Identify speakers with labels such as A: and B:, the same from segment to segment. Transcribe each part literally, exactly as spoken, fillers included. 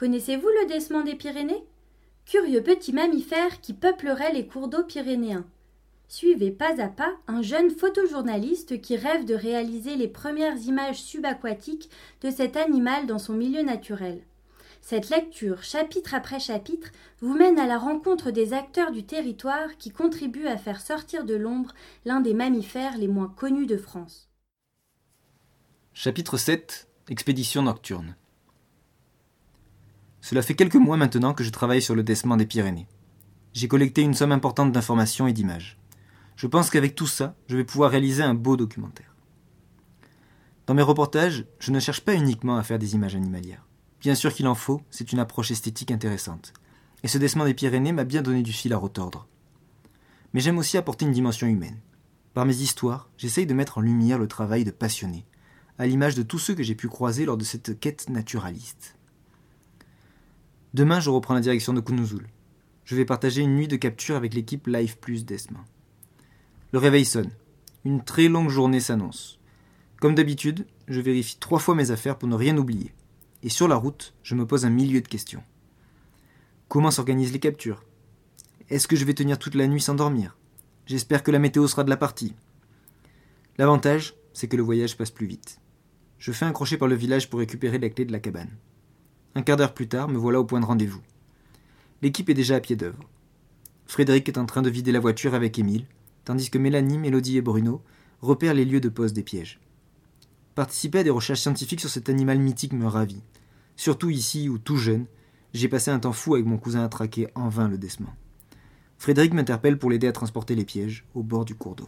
A: Connaissez-vous le décement des Pyrénées? Curieux petit mammifère qui peuplerait les cours d'eau pyrénéens. Suivez pas à pas un jeune photojournaliste qui rêve de réaliser les premières images subaquatiques de cet animal dans son milieu naturel. Cette lecture, chapitre après chapitre, vous mène à la rencontre des acteurs du territoire qui contribuent à faire sortir de l'ombre l'un des mammifères les moins connus de France.
B: Chapitre sept. Expédition nocturne. Cela fait quelques mois maintenant que je travaille sur le décement des Pyrénées. J'ai collecté une somme importante d'informations et d'images. Je pense qu'avec tout ça, je vais pouvoir réaliser un beau documentaire. Dans mes reportages, je ne cherche pas uniquement à faire des images animalières. Bien sûr qu'il en faut, c'est une approche esthétique intéressante. Et ce décement des Pyrénées m'a bien donné du fil à retordre. Mais j'aime aussi apporter une dimension humaine. Par mes histoires, j'essaye de mettre en lumière le travail de passionnés, à l'image de tous ceux que j'ai pu croiser lors de cette quête naturaliste. Demain, je reprends la direction de Kounouzul. Je vais partager une nuit de capture avec l'équipe Live Plus d'Esma. Le réveil sonne. Une très longue journée s'annonce. Comme d'habitude, je vérifie trois fois mes affaires pour ne rien oublier. Et sur la route, je me pose un millier de questions. Comment s'organisent les captures? Est-ce que je vais tenir toute la nuit sans dormir? J'espère que la météo sera de la partie. L'avantage, c'est que le voyage passe plus vite. Je fais un crochet par le village pour récupérer la clé de la cabane. Un quart d'heure plus tard, me voilà au point de rendez-vous. L'équipe est déjà à pied d'œuvre. Frédéric est en train de vider la voiture avec Émile, tandis que Mélanie, Mélodie et Bruno repèrent les lieux de pose des pièges. Participer à des recherches scientifiques sur cet animal mythique me ravit. Surtout ici où, tout jeune, j'ai passé un temps fou avec mon cousin à traquer en vain le décement. Frédéric m'interpelle pour l'aider à transporter les pièges au bord du cours d'eau.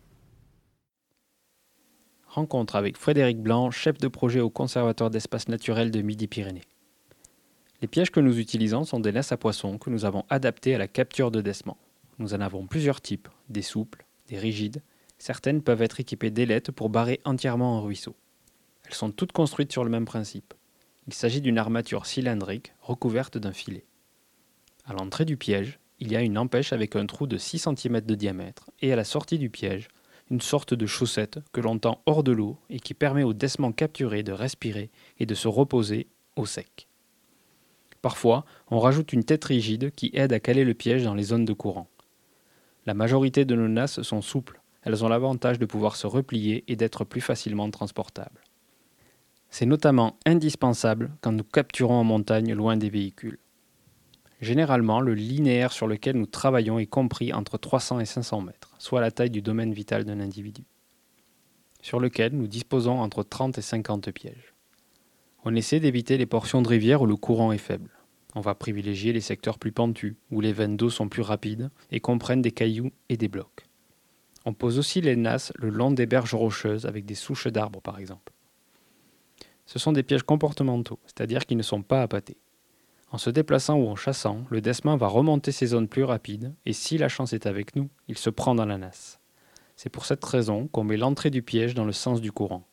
C: Rencontre avec Frédéric Blanc, chef de projet au Conservatoire d'espaces naturels de Midi-Pyrénées. Les pièges que nous utilisons sont des laisses à poissons que nous avons adaptés à la capture de décement. Nous en avons plusieurs types, des souples, des rigides. Certaines peuvent être équipées d'ailettes pour barrer entièrement un ruisseau. Elles sont toutes construites sur le même principe. Il s'agit d'une armature cylindrique recouverte d'un filet. À l'entrée du piège, il y a une empêche avec un trou de six centimètres de diamètre et à la sortie du piège, une sorte de chaussette que l'on tend hors de l'eau et qui permet au décement capturé de respirer et de se reposer au sec. Parfois, on rajoute une tête rigide qui aide à caler le piège dans les zones de courant. La majorité de nos nasses sont souples. Elles ont l'avantage de pouvoir se replier et d'être plus facilement transportables. C'est notamment indispensable quand nous capturons en montagne loin des véhicules. Généralement, le linéaire sur lequel nous travaillons est compris entre trois cents et cinq cents mètres, soit la taille du domaine vital d'un individu, sur lequel nous disposons entre trente et cinquante pièges. On essaie d'éviter les portions de rivière où le courant est faible. On va privilégier les secteurs plus pentus, où les veines d'eau sont plus rapides et comprennent des cailloux et des blocs. On pose aussi les nasses le long des berges rocheuses avec des souches d'arbres par exemple. Ce sont des pièges comportementaux, c'est-à-dire qu'ils ne sont pas appâtés. En se déplaçant ou en chassant, le décement va remonter ces zones plus rapides et si la chance est avec nous, il se prend dans la nasse. C'est pour cette raison qu'on met l'entrée du piège dans le sens du courant.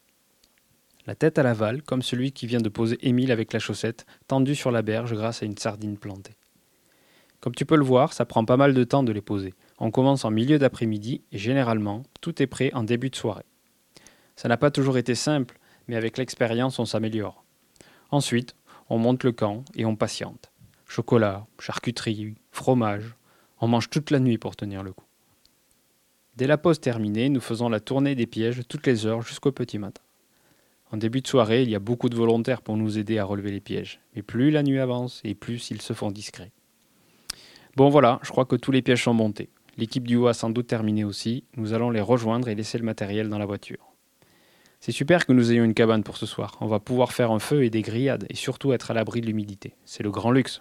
C: La tête à l'aval, comme celui qui vient de poser Émile avec la chaussette, tendue sur la berge grâce à une sardine plantée. Comme tu peux le voir, ça prend pas mal de temps de les poser. On commence en milieu d'après-midi et généralement, tout est prêt en début de soirée. Ça n'a pas toujours été simple, mais avec l'expérience, on s'améliore. Ensuite, on monte le camp et on patiente. Chocolat, charcuterie, fromage, on mange toute la nuit pour tenir le coup. Dès la pause terminée, nous faisons la tournée des pièges toutes les heures jusqu'au petit matin. En début de soirée, il y a beaucoup de volontaires pour nous aider à relever les pièges. Mais plus la nuit avance et plus ils se font discrets. Bon voilà, je crois que tous les pièges sont montés. L'équipe du haut a sans doute terminé aussi. Nous allons les rejoindre et laisser le matériel dans la voiture. C'est super que nous ayons une cabane pour ce soir. On va pouvoir faire un feu et des grillades et surtout être à l'abri de l'humidité. C'est le grand luxe.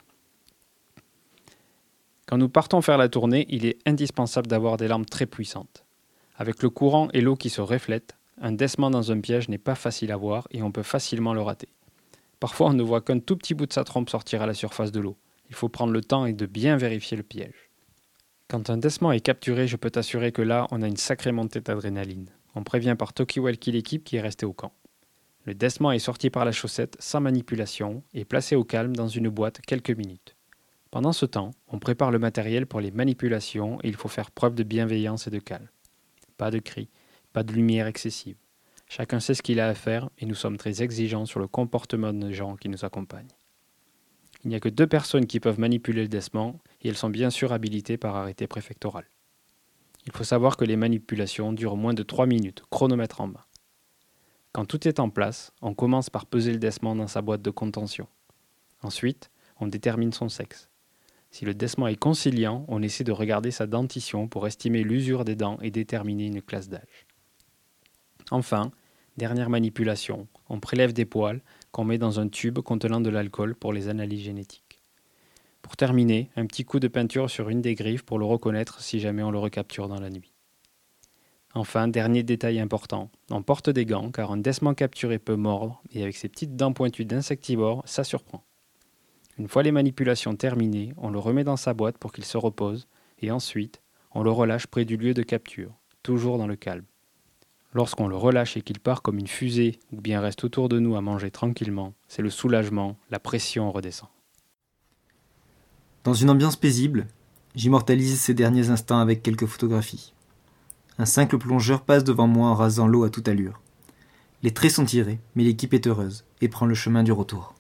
C: Quand nous partons faire la tournée, il est indispensable d'avoir des lampes très puissantes. Avec le courant et l'eau qui se reflètent, un décement dans un piège n'est pas facile à voir et on peut facilement le rater. Parfois, on ne voit qu'un tout petit bout de sa trompe sortir à la surface de l'eau. Il faut prendre le temps et de bien vérifier le piège. Quand un décement est capturé, je peux t'assurer que là, on a une sacrée montée d'adrénaline. On prévient par talkie-walkie l'équipe qui est restée au camp. Le décement est sorti par la chaussette sans manipulation et placé au calme dans une boîte quelques minutes. Pendant ce temps, on prépare le matériel pour les manipulations et il faut faire preuve de bienveillance et de calme. Pas de cris, pas de lumière excessive. Chacun sait ce qu'il a à faire et nous sommes très exigeants sur le comportement des gens qui nous accompagnent. Il n'y a que deux personnes qui peuvent manipuler le desman et elles sont bien sûr habilitées par arrêté préfectoral. Il faut savoir que les manipulations durent moins de trois minutes, chronomètre en main. Quand tout est en place, on commence par peser le desman dans sa boîte de contention. Ensuite, on détermine son sexe. Si le desman est conciliant, on essaie de regarder sa dentition pour estimer l'usure des dents et déterminer une classe d'âge. Enfin, dernière manipulation, on prélève des poils qu'on met dans un tube contenant de l'alcool pour les analyses génétiques. Pour terminer, un petit coup de peinture sur une des griffes pour le reconnaître si jamais on le recapture dans la nuit. Enfin, dernier détail important, on porte des gants car un desman capturé peut mordre et avec ses petites dents pointues d'insectivore, ça surprend. Une fois les manipulations terminées, on le remet dans sa boîte pour qu'il se repose et ensuite, on le relâche près du lieu de capture, toujours dans le calme. Lorsqu'on le relâche et qu'il part comme une fusée ou bien reste autour de nous à manger tranquillement, c'est le soulagement, la pression redescend.
B: Dans une ambiance paisible, j'immortalise ces derniers instants avec quelques photographies. Un simple plongeur passe devant moi en rasant l'eau à toute allure. Les traits sont tirés, mais l'équipe est heureuse et prend le chemin du retour.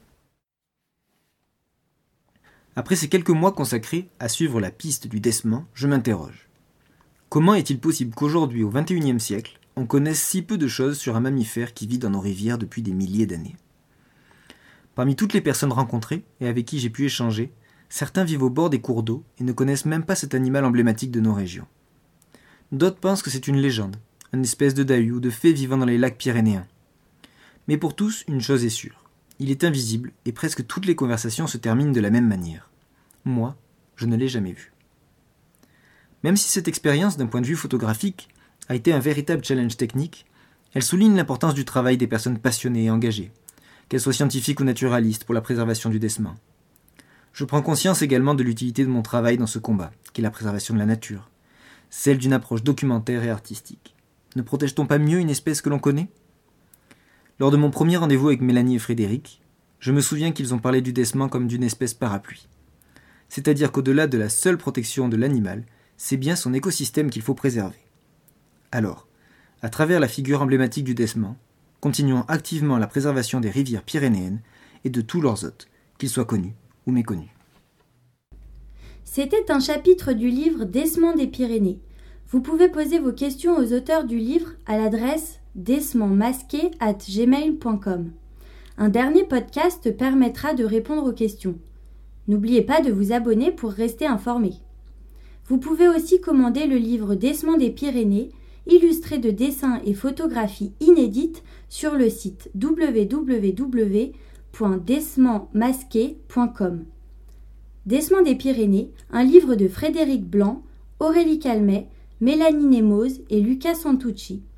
B: Après ces quelques mois consacrés à suivre la piste du desman, je m'interroge. Comment est-il possible qu'aujourd'hui, au vingt et unième siècle, on connaisse si peu de choses sur un mammifère qui vit dans nos rivières depuis des milliers d'années? Parmi toutes les personnes rencontrées et avec qui j'ai pu échanger, certains vivent au bord des cours d'eau et ne connaissent même pas cet animal emblématique de nos régions. D'autres pensent que c'est une légende, une espèce de dahu ou de fée vivant dans les lacs pyrénéens. Mais pour tous, une chose est sûre, il est invisible et presque toutes les conversations se terminent de la même manière. Moi, je ne l'ai jamais vu. Même si cette expérience, d'un point de vue photographique, a été un véritable challenge technique, elle souligne l'importance du travail des personnes passionnées et engagées, qu'elles soient scientifiques ou naturalistes, pour la préservation du desman. Je prends conscience également de l'utilité de mon travail dans ce combat, qui est la préservation de la nature, celle d'une approche documentaire et artistique. Ne protège-t-on pas mieux une espèce que l'on connaît ? Lors de mon premier rendez-vous avec Mélanie et Frédéric, je me souviens qu'ils ont parlé du desman comme d'une espèce parapluie. C'est-à-dire qu'au-delà de la seule protection de l'animal, c'est bien son écosystème qu'il faut préserver. Alors, à travers la figure emblématique du desman, continuons activement la préservation des rivières pyrénéennes et de tous leurs hôtes, qu'ils soient connus ou méconnus.
A: C'était un chapitre du livre Desman des Pyrénées. Vous pouvez poser vos questions aux auteurs du livre à l'adresse desmanmasqué arobase gmail point com. Un dernier podcast permettra de répondre aux questions. N'oubliez pas de vous abonner pour rester informé. Vous pouvez aussi commander le livre Desman des Pyrénées, illustré de dessins et photographies inédites sur le site w w w point desmanmasqué point com. Desman des Pyrénées, un livre de Frédéric Blanc, Aurélie Calmet, Mélanie Nemoz et Lucas Santucci.